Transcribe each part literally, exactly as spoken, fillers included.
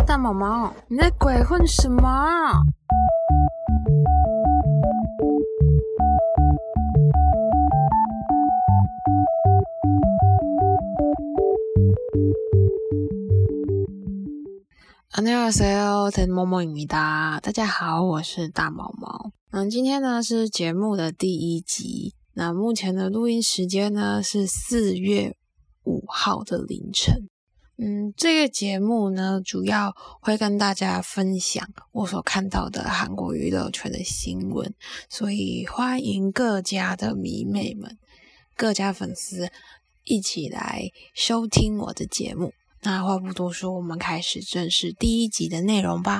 大毛毛，你在鬼混什么啊？안녕하세요，대모모입니다。大家好，我是大毛毛。嗯，今天呢是节目的第一集。那目前的录音时间呢是四月五号的凌晨。嗯，这个节目呢主要会跟大家分享我所看到的韩国娱乐圈的新闻，所以欢迎各家的迷妹们、各家粉丝一起来收听我的节目。那话不多说，我们开始正式第一集的内容吧。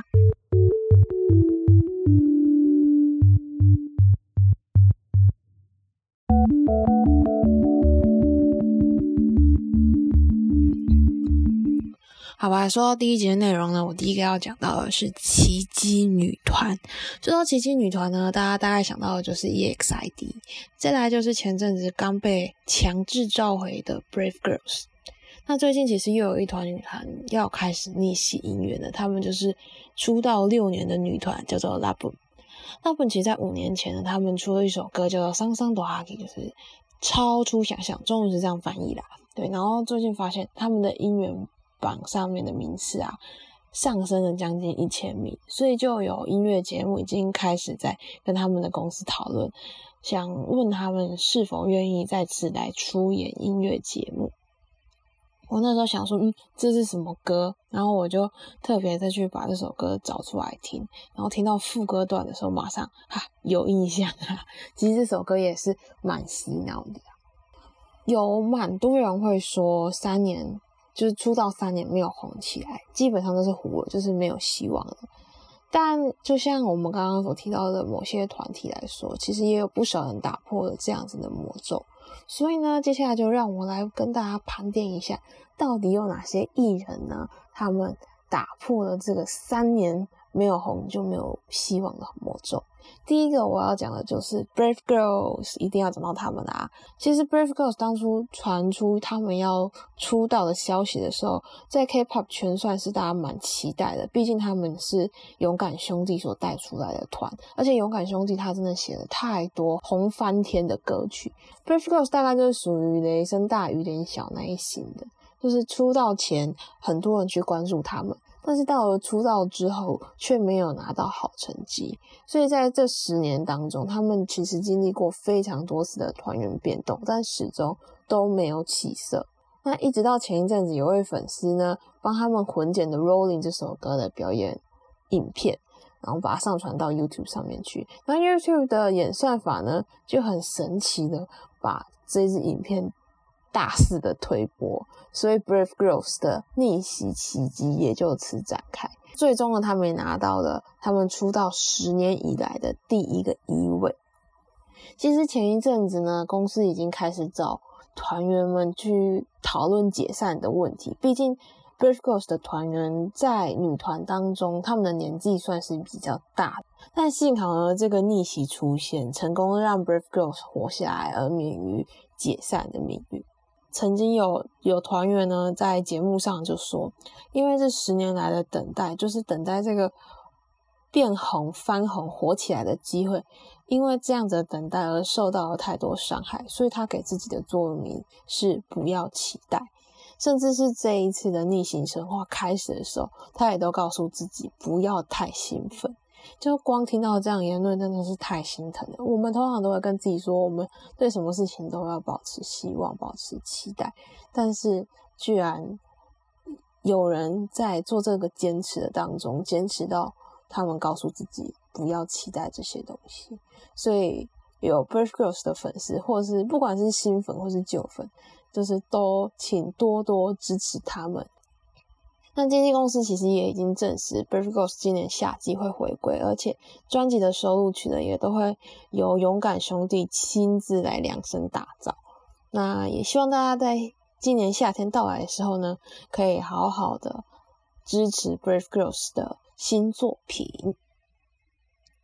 好吧，说到第一集的内容呢，我第一个要讲到的是奇迹女团。说到奇迹女团呢，大家大概想到的就是 E X I D， 再来就是前阵子刚被强制召回的 Brave Girls。那最近其实又有一团女团要开始逆袭音乐了，他们就是出道六年的女团，叫做 LABUM。LABUM 其实在五年前呢，他们出了一首歌叫做상상도하기，就是超出想象，中文是这样翻译啦。对，然后最近发现他们的音源榜上面的名次啊上升了将近一千名，所以就有音乐节目已经开始在跟他们的公司讨论，想问他们是否愿意再次来出演音乐节目。我那时候想说，嗯，这是什么歌？然后我就特别再去把这首歌找出来听，然后听到副歌段的时候，马上哈有印象啊。其实这首歌也是蛮洗脑的，有蛮多人会说三年就是出道三年没有红起来，基本上都是糊了，就是没有希望了。但就像我们刚刚所提到的某些团体来说，其实也有不少人打破了这样子的魔咒。所以呢，接下来就让我来跟大家盘点一下，到底有哪些艺人呢，他们打破了这个三年没有红就没有希望的魔咒。第一个我要讲的就是 Brave Girls， 一定要讲到他们啦。其实 Brave Girls 当初传出他们要出道的消息的时候，在 K-pop 圈算是大家蛮期待的，毕竟他们是勇敢兄弟所带出来的团，而且勇敢兄弟他真的写了太多红翻天的歌曲。Brave Girls 大概就是属于雷声大雨点小那一型的，就是出道前很多人去关注他们，但是到了出道之后却没有拿到好成绩，所以在这十年当中，他们其实经历过非常多次的团员变动，但始终都没有起色。那一直到前一阵子，有位粉丝呢帮他们混剪的 Rolling 这首歌的表演影片，然后把它上传到 YouTube 上面去。那 YouTube 的演算法呢就很神奇的把这支影片大肆的推播，所以 Brave Girls 的逆袭奇迹也就此展开。最终呢，他们也拿到了他们出道十年以来的第一个一位。其实前一阵子呢，公司已经开始找团员们去讨论解散的问题，毕竟 Brave Girls 的团员在女团当中，他们的年纪算是比较大的，但幸好呢，这个逆袭出现，成功让 Brave Girls 活下来，而免于解散的命运。曾经有有团员呢在节目上就说，因为这十年来的等待，就是等待这个变红、翻红、火起来的机会，因为这样子的等待而受到了太多伤害，所以他给自己的座右铭是不要期待。甚至是这一次的逆行神话开始的时候，他也都告诉自己不要太兴奋。就光听到这样言论真的是太心疼了。我们通常都会跟自己说，我们对什么事情都要保持希望，保持期待，但是居然有人在做这个坚持的当中，坚持到他们告诉自己不要期待这些东西。所以有 Brave Girls 的粉丝，或是不管是新粉或是旧粉，就是都请多多支持他们。那经纪公司其实也已经证实 Brave Girls 今年夏季会回归，而且专辑的收录曲呢也都会由勇敢兄弟亲自来量身打造。那也希望大家在今年夏天到来的时候呢，可以好好的支持 Brave Girls 的新作品。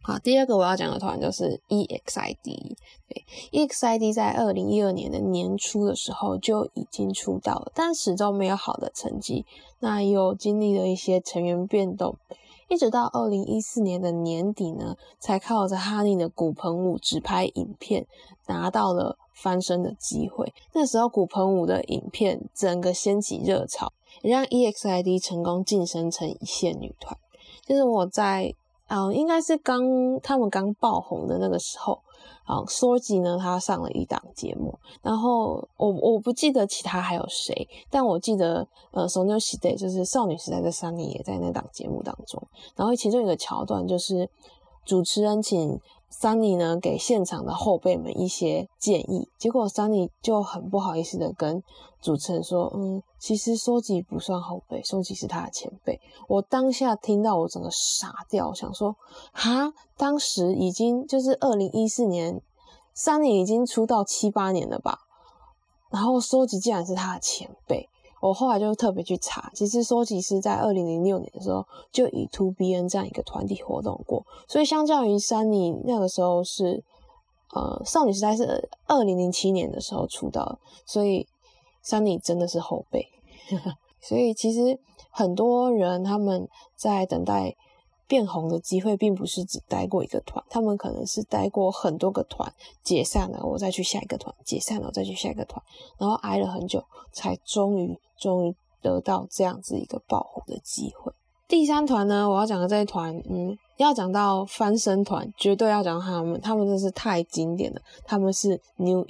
好，第二个我要讲的团就是 E X I D。 对 ，E X I D 在二零一二年的年初的时候就已经出道了，但始终没有好的成绩，那又经历了一些成员变动，一直到二零一四年的年底呢，才靠着 Honey 的骨盆舞直拍影片拿到了翻身的机会。那时候骨盆舞的影片整个掀起热潮，也让 E X I D 成功晋升成一线女团。就是我在嗯，应该是刚他们刚爆红的那个时候，啊 Sorgi 呢他上了一档节目，然后我我不记得其他还有谁，但我记得呃 Soneoshide 就是少女时代的 Sunny 也在那档节目当中，然后其中有一个桥段就是主持人请 Sunny 呢给现场的后辈们一些建议，结果 Sunny 就很不好意思的跟主持人说，嗯，其实Sorgi不算后辈，Sorgi是他的前辈。我当下听到我整个傻掉，想说哈，当时已经就是二零一四年 Sunny 已经出道七八年了吧，然后Sorgi竟然是他的前辈。我后来就特别去查，其实Sorgi是在二零零六年的时候就以 two B N 这样一个团体活动过，所以相较于Sunny那个时候是呃少女时代是二零零七年的时候出道，所以Sunny 真的是后辈所以其实很多人他们在等待变红的机会，并不是只待过一个团，他们可能是待过很多个团，解散了我再去下一个团，解散了我再去下一个团，然后挨了很久才终于终于得到这样子一个爆红的机会。第三团呢，我要讲的这一团嗯，要讲到翻身团绝对要讲他们，他们真是太经典了，他们是 New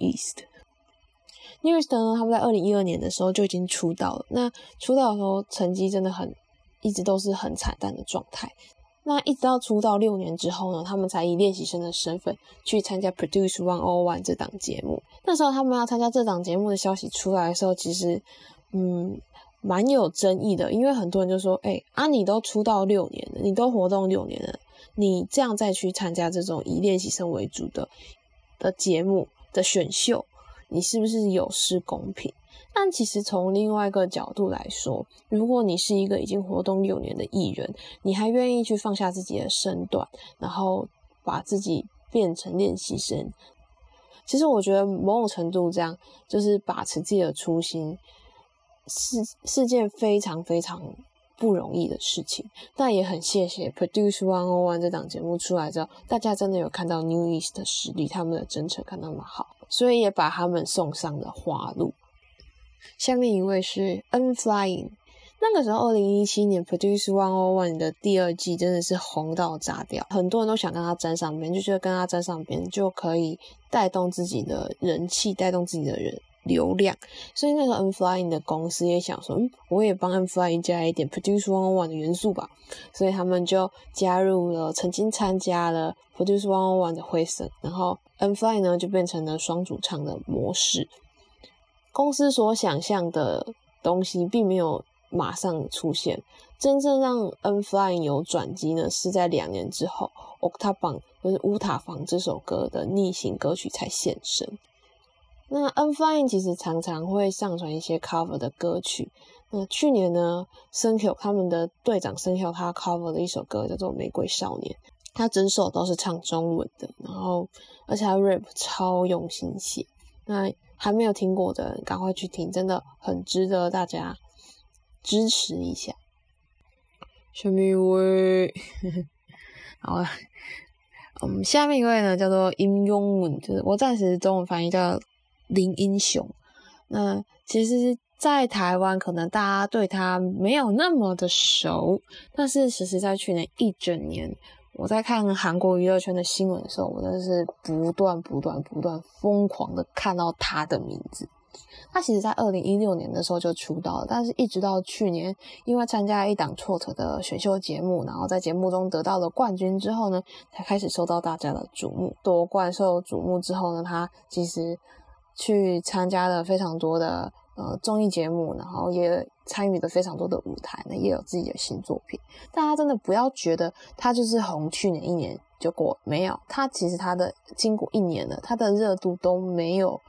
East。New East 呢，他们在二零一二年的时候就已经出道了，那出道的时候成绩真的很一直都是很惨淡的状态，那一直到出道六年之后呢，他们才以练习生的身份去参加 Produce one oh one 这档节目。那时候他们要参加这档节目的消息出来的时候，其实嗯蛮有争议的，因为很多人就说诶、欸、啊你都出道六年了，你都活动六年了，你这样再去参加这种以练习生为主的的节目的选秀，你是不是有失公平？但其实从另外一个角度来说，如果你是一个已经活动六年的艺人，你还愿意去放下自己的身段，然后把自己变成练习生，其实我觉得某种程度这样就是把持自己的初心是是件非常非常不容易的事情。但也很谢谢 Produce one oh one 这档节目出来之后，大家真的有看到 New East 的实力，他们的真诚看那么好，所以也把他们送上了花路。下面一位是 N.Flying， 那个时候二零一七年 Produce one oh one 的第二季真的是红到炸掉，很多人都想跟他站上边，就觉得跟他站上边就可以带动自己的人气，带动自己的人流量，所以那个 N.Flying 的公司也想说，嗯，我也帮 N.Flying 加一点 Produce one oh one 的元素吧，所以他们就加入了曾经参加了 Produce one oh one 的辉森，然后 N.Flying 呢就变成了双主唱的模式。公司所想象的东西并没有马上出现，真正让 N.Flying 有转机呢，是在两年之后 Octabang 就是乌塔房这首歌的逆行歌曲才现身。那 N.Flying 其实常常会上传一些 cover 的歌曲，那去年呢 Senkyo 他们的队长 Senkyo 他 cover 的一首歌叫做玫瑰少年，他整首都是唱中文的，然后而且他 rap 超用心写，那还没有听过的人赶快去听，真的很值得大家支持一下。下面一位好了，嗯，下面一位呢叫做임용문，就是我暂时中文翻译叫林英雄。那其实在台湾可能大家对他没有那么的熟，但是其实在去年一整年我在看韩国娱乐圈的新闻的时候，我真的是不断不断不断疯狂的看到他的名字。他其实在二零一六年的时候就出道了，但是一直到去年因为参加一档 T W O T 的选秀节目，然后在节目中得到了冠军之后呢，才开始受到大家的瞩目。夺冠受瞩目之后呢，他其实去参加了非常多的呃综艺节目，然后也参与了非常多的舞台呢，也有自己的新作品。大家真的不要觉得他就是红去年一年就过，没有，他其实他的经过一年了，他的热度都没有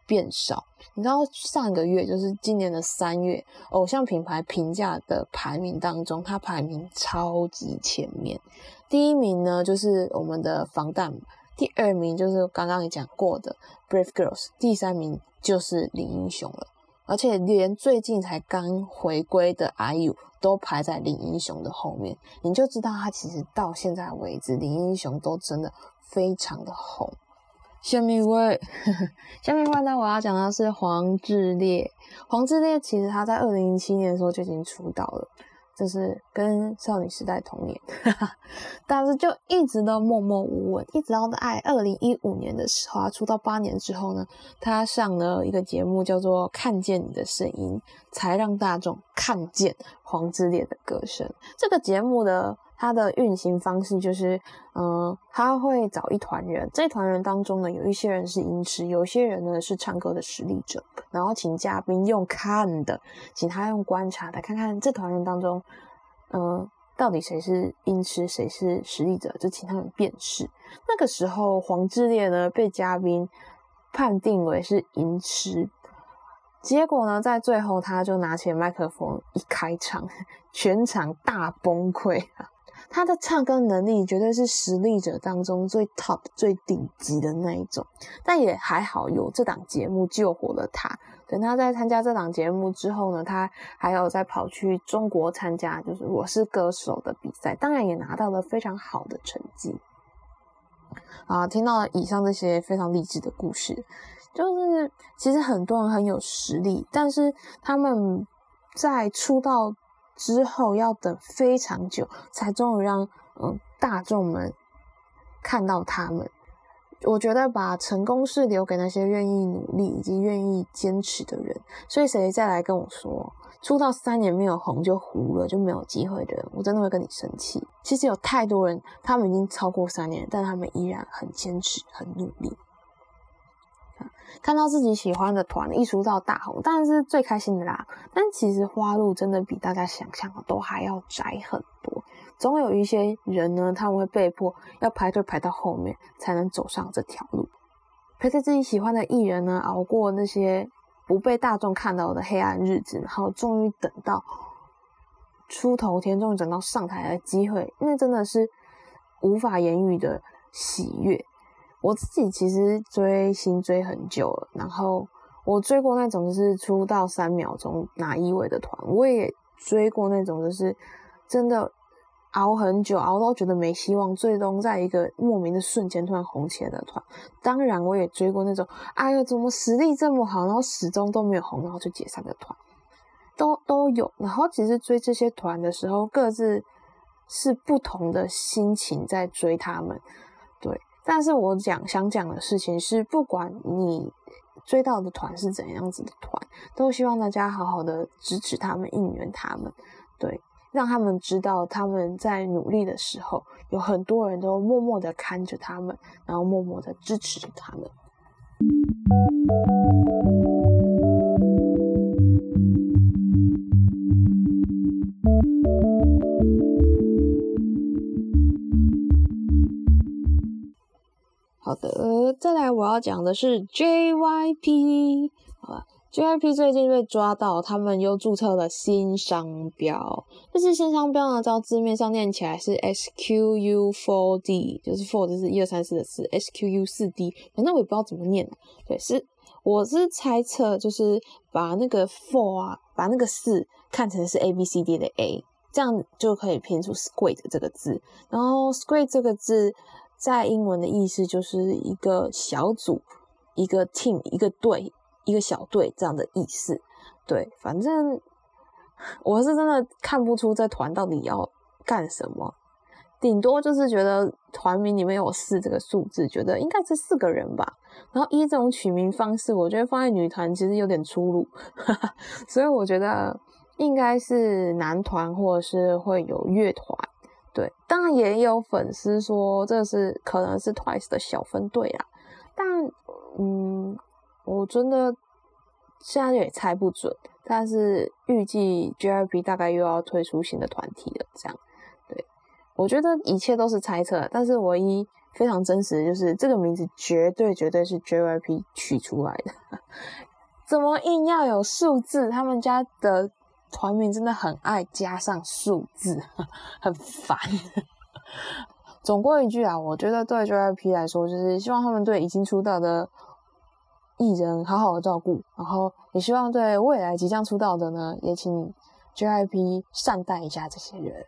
变少。你知道上个月就是今年的三月，偶像品牌评价的排名当中，它排名超级前面。第一名呢就是我们的防弹，第二名就是刚刚也讲过的 Brave Girls， 第三名就是林英雄了。而且连最近才刚回归的 I U 都排在林英雄的后面，你就知道他其实到现在为止，林英雄都真的非常的红。下面一位，下面一位呢，我要讲的是黄致列。黄致列其实他在二零零七年的时候就已经出道了，就是跟少女时代同年，但是就一直都默默无闻，一直到在二零一五年的时候，他出道八年之后呢，他上了一个节目叫做《看见你的声音》，才让大众看见黄致列的歌声。这个节目的它的运行方式就是，嗯，他会找一团人，这团人当中呢，有一些人是音痴，有些人呢是唱歌的实力者，然后请嘉宾用看的，请他用观察的，看看这团人当中，嗯，到底谁是音痴，谁是实力者，就请他们辨识。那个时候，黄致列呢被嘉宾判定为是音痴。结果呢，在最后他就拿起麦克风一开唱，全场大崩溃。他的唱歌能力绝对是实力者当中最 top 最顶级的那一种，但也还好有这档节目救活了他。等他在参加这档节目之后呢，他还有再跑去中国参加就是我是歌手的比赛，当然也拿到了非常好的成绩。啊，听到了以上这些非常励志的故事，就是其实很多人很有实力，但是他们在出道之后要等非常久，才终于让嗯大众们看到他们。我觉得把成功是留给那些愿意努力以及愿意坚持的人。所以谁再来跟我说出道三年没有红就糊了就没有机会的人，我真的会跟你生气。其实有太多人他们已经超过三年，但他们依然很坚持很努力。看到自己喜欢的团一出道大红，当然是最开心的啦。但其实花路真的比大家想象的都还要窄很多。总有一些人呢，他们会被迫要排队排到后面，才能走上这条路。陪着自己喜欢的艺人呢，熬过那些不被大众看到的黑暗日子，然后终于等到出头天，终于等到上台的机会，那真的是无法言语的喜悦。我自己其实追星追很久了，然后我追过那种就是出道三秒钟拿一位的团，我也追过那种就是真的熬很久，熬到觉得没希望，最终在一个莫名的瞬间突然红起来的团。当然我也追过那种哎呦怎么实力这么好，然后始终都没有红，然后就解散的团，都都有。然后其实追这些团的时候，各自是不同的心情在追他们，对。但是我讲想讲的事情是，不管你追到的团是怎样子的团，都希望大家好好的支持他们，应援他们，对，让他们知道他们在努力的时候，有很多人都默默的看着他们，然后默默的支持着他们。好的，再来我要讲的是 J Y P。 好吧， J Y P 最近被抓到，他们又注册了新商标。这是新商标呢，照字面上念起来是 S Q U 四 D， 就是四就是一二三四的四 S Q U 四 D， 反正我也不知道怎么念。对，是我是猜测就是把那个四啊，把那个四看成是 A B C D 的 A， 这样就可以拼出 Squid 这个字。然后 Squid 这个字在英文的意思就是一个小组，一个 team， 一个队，一个小队这样的意思。对，反正我是真的看不出这团到底要干什么，顶多就是觉得团名里面有四这个数字，觉得应该是四个人吧。然后依这种取名方式，我觉得放在女团其实有点出入，所以我觉得应该是男团或者是会有乐团。对，当然也有粉丝说这是可能是 Twice 的小分队啦，但嗯，我真的现在也猜不准。但是预计 J Y P 大概又要推出新的团体了，这样。对，我觉得一切都是猜测，但是唯一非常真实的就是这个名字绝对绝对是 J Y P 取出来的，怎么硬要有数字？他们家的团名真的很爱加上数字，很烦。总归一句啊，我觉得对 J Y P 来说，就是希望他们对已经出道的艺人好好的照顾，然后也希望对未来即将出道的呢，也请 J Y P 善待一下这些人。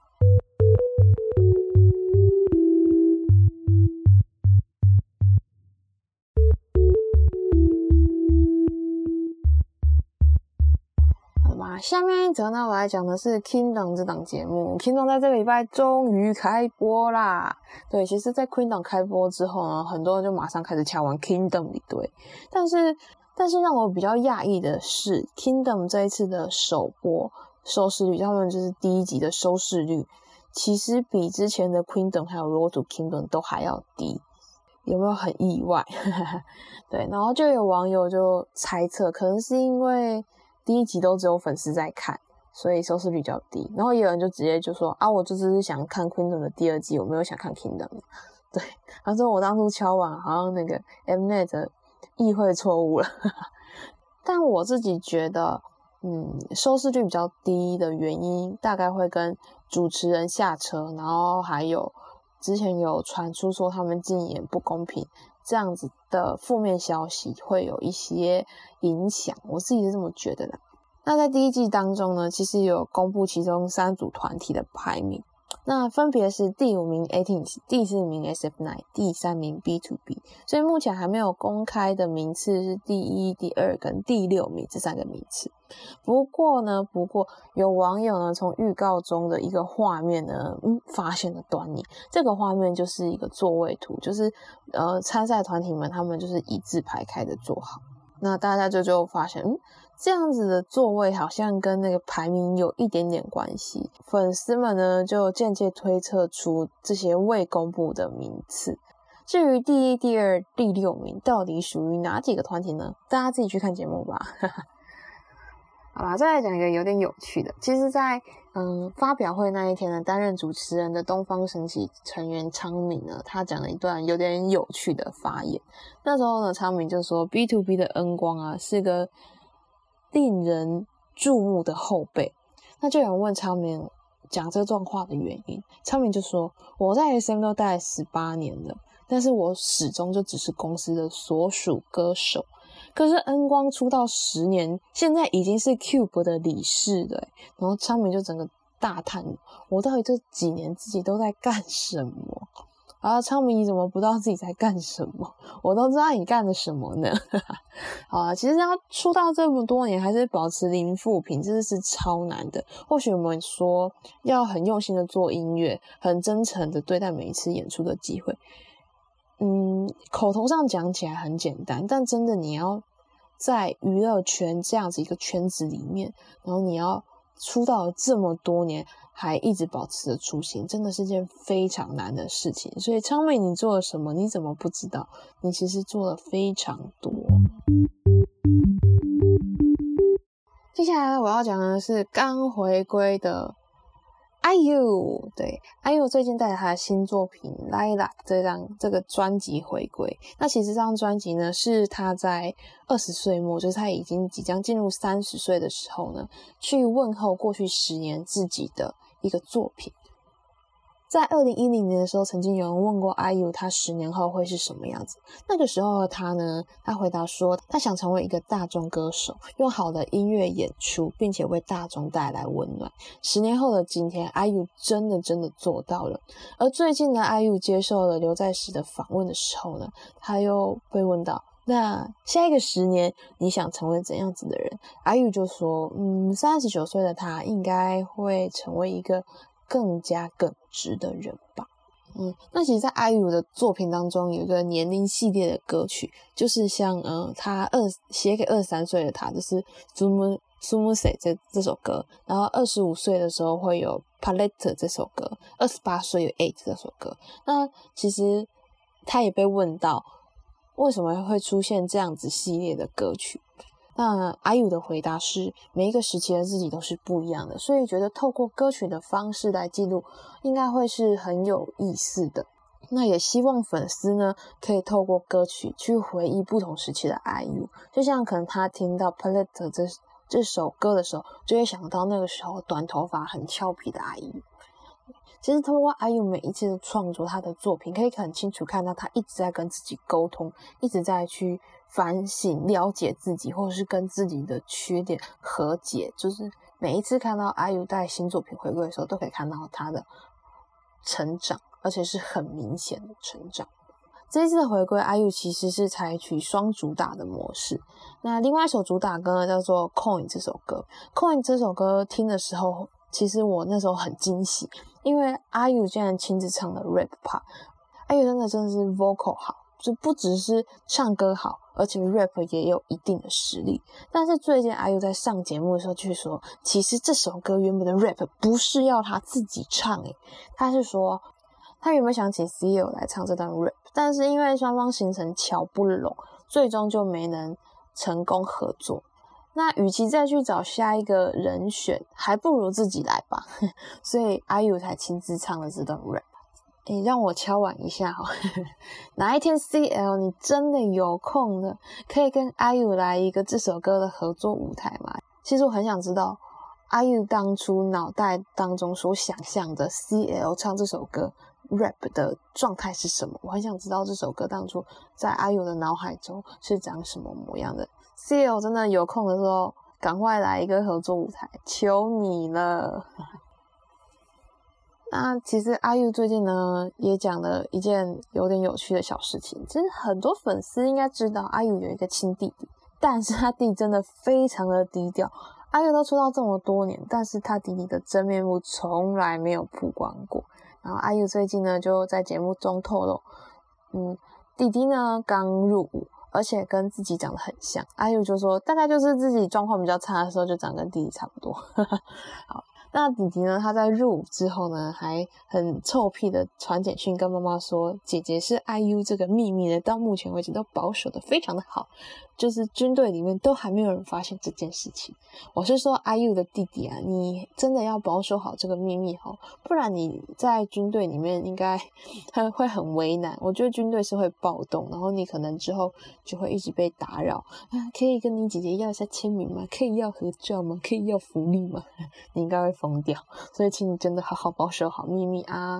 下面一则呢，我来讲的是 Kingdom 这档节目。Kingdom 在这个礼拜终于开播啦。对，其实在 Kingdom 开播之后呢，很多人就马上开始敲完 Kingdom 里对。但是，但是让我比较讶异的是 ，Kingdom 这一次的首播收视率，他们就是第一集的收视率，其实比之前的 Kingdom 还有 Road to Kingdom 都还要低。有没有很意外？对，然后就有网友就猜测，可能是因为第一集都只有粉丝在看，所以收视率比较低。然后也有人就直接就说啊，我就只是想看 Kingdom 的第二季，我没有想看 Kingdom。对，他说我当初敲完好像那个 Mnet 意会错误了。但我自己觉得，嗯，收视率比较低的原因，大概会跟主持人下车，然后还有之前有传出说他们竞演不公平这样子的负面消息会有一些影响，我自己是这么觉得的。那在第一季当中呢，其实有公布其中三组团体的排名，那分别是第五名 A T E E N， 第四名 S F 九， 第三名 B to B， 所以目前还没有公开的名次是第一、第二跟第六名这三个名次。不过呢，不过有网友呢从预告中的一个画面呢，嗯，发现了端倪。这个画面就是一个座位图，就是呃参赛团体们他们就是一字排开的坐好。那大家就就发现，嗯，这样子的座位好像跟那个排名有一点点关系。粉丝们呢就间接推测出这些未公布的名次。至于第一、第二、第六名到底属于哪几个团体呢？大家自己去看节目吧。好啦，再来讲一个有点有趣的。其实在嗯发表会那一天呢，担任主持人的东方神起成员昌珉呢，他讲了一段有点有趣的发言。那时候呢，昌珉就说 B to B 的恩光啊是个令人注目的后辈。那就有人问昌珉讲这段话的原因，昌珉就说我在 S M 都待了十八年了，但是我始终就只是公司的所属歌手。可是恩光出道十年，现在已经是 Cube 的理事了，然后昌珉就整个大叹，我到底这几年自己都在干什么？然后昌珉你怎么不知道自己在干什么？我都知道你干了什么呢？好啊，其实要出道这么多年还是保持零负评，这是超难的。或许我们说要很用心的做音乐，很真诚的对待每一次演出的机会，嗯，口头上讲起来很简单，但真的你要在娱乐圈这样子一个圈子里面，然后你要出道了这么多年还一直保持着初心，真的是件非常难的事情。所以昌珉你做了什么你怎么不知道？你其实做了非常多。接下来我要讲的是刚回归的 I U， 对 I U 最近带着他的新作品 Lilac 这张这个专辑回归。那其实这张专辑呢是他在二十岁末，就是他已经即将进入三十岁的时候呢，去问候过去十年自己的一个作品。在二零一零年的时候，曾经有人问过 I U 他十年后会是什么样子。那个时候的他呢，他回答说他想成为一个大众歌手，用好的音乐演出，并且为大众带来温暖。十年后的今天， I U 真的真的做到了。而最近呢， I U 接受了刘在石的访问的时候呢，他又被问到那下一个十年你想成为怎样子的人。 I U 就说嗯，三十九岁的他应该会成为一个更加耿直的人吧。嗯，那其实在 I U 的作品当中有一个年龄系列的歌曲，就是像嗯，他二写给二十三岁的他，就是 Sumu Sumuse 这这首歌，然后二十五岁的时候会有 Palette 这首歌，二十八岁有 Eight 这首歌。那其实他也被问到为什么会出现这样子系列的歌曲。那 I U 的回答是每一个时期的自己都是不一样的，所以觉得透过歌曲的方式来记录应该会是很有意思的。 那也希望粉丝呢可以透过歌曲去回忆不同时期的 I U， 就像可能他听到 Palette 这这首歌的时候，就会想到那个时候短头发很俏皮的 I U。其实通过 I U 每一次的创作，他的作品可以很清楚看到他一直在跟自己沟通，一直在去反省了解自己，或者是跟自己的缺点和解。就是每一次看到 I U 带新作品回归的时候，都可以看到他的成长，而且是很明显的成长。这一次的回归 I U 其实是采取双主打的模式。那另外一首主打歌呢叫做 Coin 这首歌。 Coin 这首歌听的时候，其实我那时候很惊喜，因为 I U 竟然亲自唱了 rap part。 I U 真的真的是 vocal 好，就不只是唱歌好，而且 rap 也有一定的实力。但是最近 I U 在上节目的时候却说，其实这首歌原本的 rap 不是要他自己唱诶，他是说他原本想请 C L 来唱这段 rap， 但是因为双方行程瞧不拢，最终就没能成功合作。那与其再去找下一个人选，还不如自己来吧。所以 I U 才亲自唱了这段 rap。诶，让我敲碗一下齁，哪一天 C L 你真的有空了，可以跟 I U 来一个这首歌的合作舞台吗？其实我很想知道 I U 当初脑袋当中所想象的 C L 唱这首歌 rap 的状态是什么。我很想知道这首歌当初在 I U 的脑海中是长什么模样的。 C L 真的有空的时候赶快来一个合作舞台，求你了。那其实 I U 最近呢也讲了一件有点有趣的小事情。其实很多粉丝应该知道 I U 有一个亲弟弟，但是他弟真的非常的低调。I U 都出道这么多年，但是他弟弟的真面目从来没有曝光过。然后 I U 最近呢就在节目中透露，嗯，弟弟呢刚入伍，而且跟自己长得很像。 I U 就说大概就是自己状况比较差的时候就长跟弟弟差不多。好，那弟弟呢他在入伍之后呢还很臭屁的传简讯跟妈妈说，姐姐是 I U 这个秘密呢到目前为止都保守的非常的好，就是军队里面都还没有人发现这件事情。我是说 I U 的弟弟啊，你真的要保守好这个秘密哦，不然你在军队里面应该会很为难。我觉得军队是会暴动，然后你可能之后就会一直被打扰啊，可以跟你姐姐要一下签名吗？可以要合照吗？可以要福利吗？你应该会疯掉。所以请你真的好好保守好秘密啊。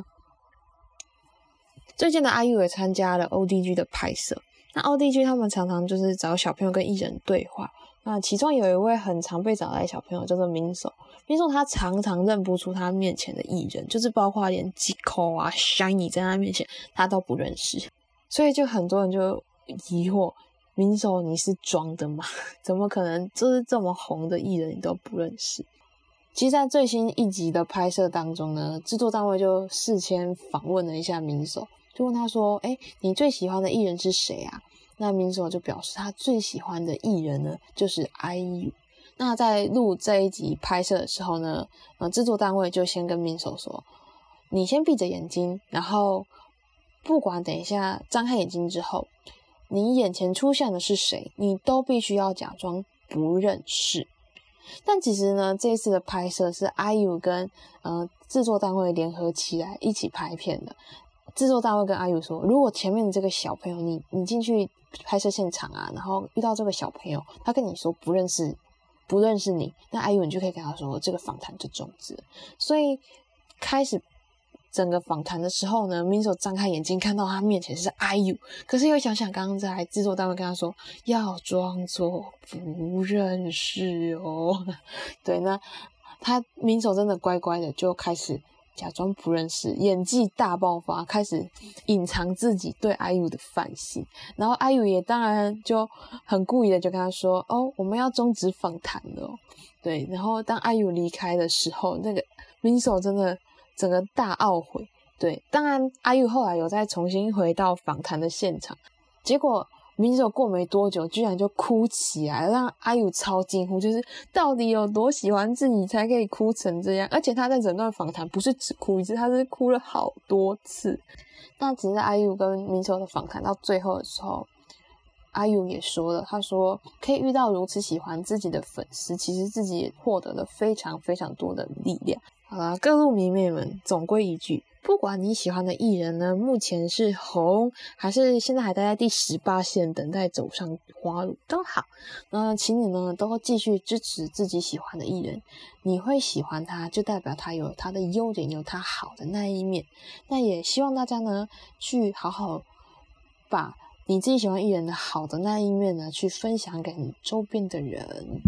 最近的 I U 也参加了 O D G 的拍摄。那 O D G 他们常常就是找小朋友跟艺人对话，那其中有一位很常被找来的小朋友叫做 Minso。 Minso 他常常认不出他面前的艺人，就是包括连 Zico 啊 Shiny 在他面前他都不认识。所以就很多人就疑惑， Minso 你是装的吗？怎么可能就是这么红的艺人你都不认识？其实在最新一集的拍摄当中呢，制作单位就事先访问了一下 Minso， 就问他说，诶，你最喜欢的艺人是谁啊？那 Minso 就表示他最喜欢的艺人呢就是 I U。 那在录这一集拍摄的时候呢，呃，制作单位就先跟 Minso 说，你先闭着眼睛，然后不管等一下张开眼睛之后你眼前出现的是谁，你都必须要假装不认识。但其实呢，这一次的拍摄是 I U 跟呃制作单位联合起来一起拍片的。制作单位跟 I U 说，如果前面的这个小朋友你你进去拍摄现场啊，然后遇到这个小朋友，他跟你说不认识不认识你，那 I U 你就可以跟他说这个访谈就终止了。所以开始整个访谈的时候呢， Minso 张开眼睛看到他面前是 I U， 可是又想想刚刚在制作单位跟他说要装作不认识哦。对，那他 Minso 真的乖乖的就开始假装不认识，演技大爆发，开始隐藏自己对 I U 的泛性。然后 I U 也当然就很故意的就跟他说，哦，我们要终止访谈了哦。对，然后当 I U 离开的时候，那个 Minso 真的整个大懊悔。对，当然 I U 后来有再重新回到访谈的现场，结果 Minso 过没多久居然就哭起来，让 I U 超惊呼，就是到底有多喜欢自己才可以哭成这样。而且他在整段访谈不是只哭一次，他是哭了好多次。那其实 I U 跟 Minso 的访谈到最后的时候， I U 也说了，他说可以遇到如此喜欢自己的粉丝，其实自己也获得了非常非常多的力量。好啦，各路迷妹们，总归一句， 不管你喜欢的艺人呢，目前是红，还是现在还待在第十八线等待走上花路都好，那请你呢都继续支持自己喜欢的艺人。你会喜欢他，就代表他有他的优点，有他好的那一面。那也希望大家呢去好好把你自己喜欢艺人的好的那一面呢去分享给你周边的人。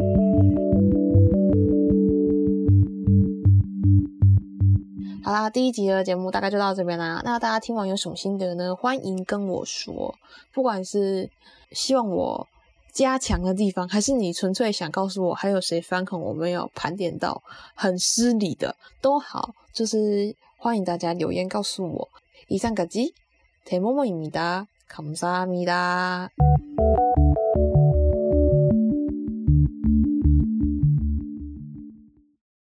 好啦，第一集的节目大概就到这边啦。那大家听完有什么心得呢？欢迎跟我说，不管是希望我加强的地方，还是你纯粹想告訴我还有谁翻孔我没有盤點到很失禮的都好，就是歡迎大家留言告訴我。以上까지 대모모입니다。감사합니다。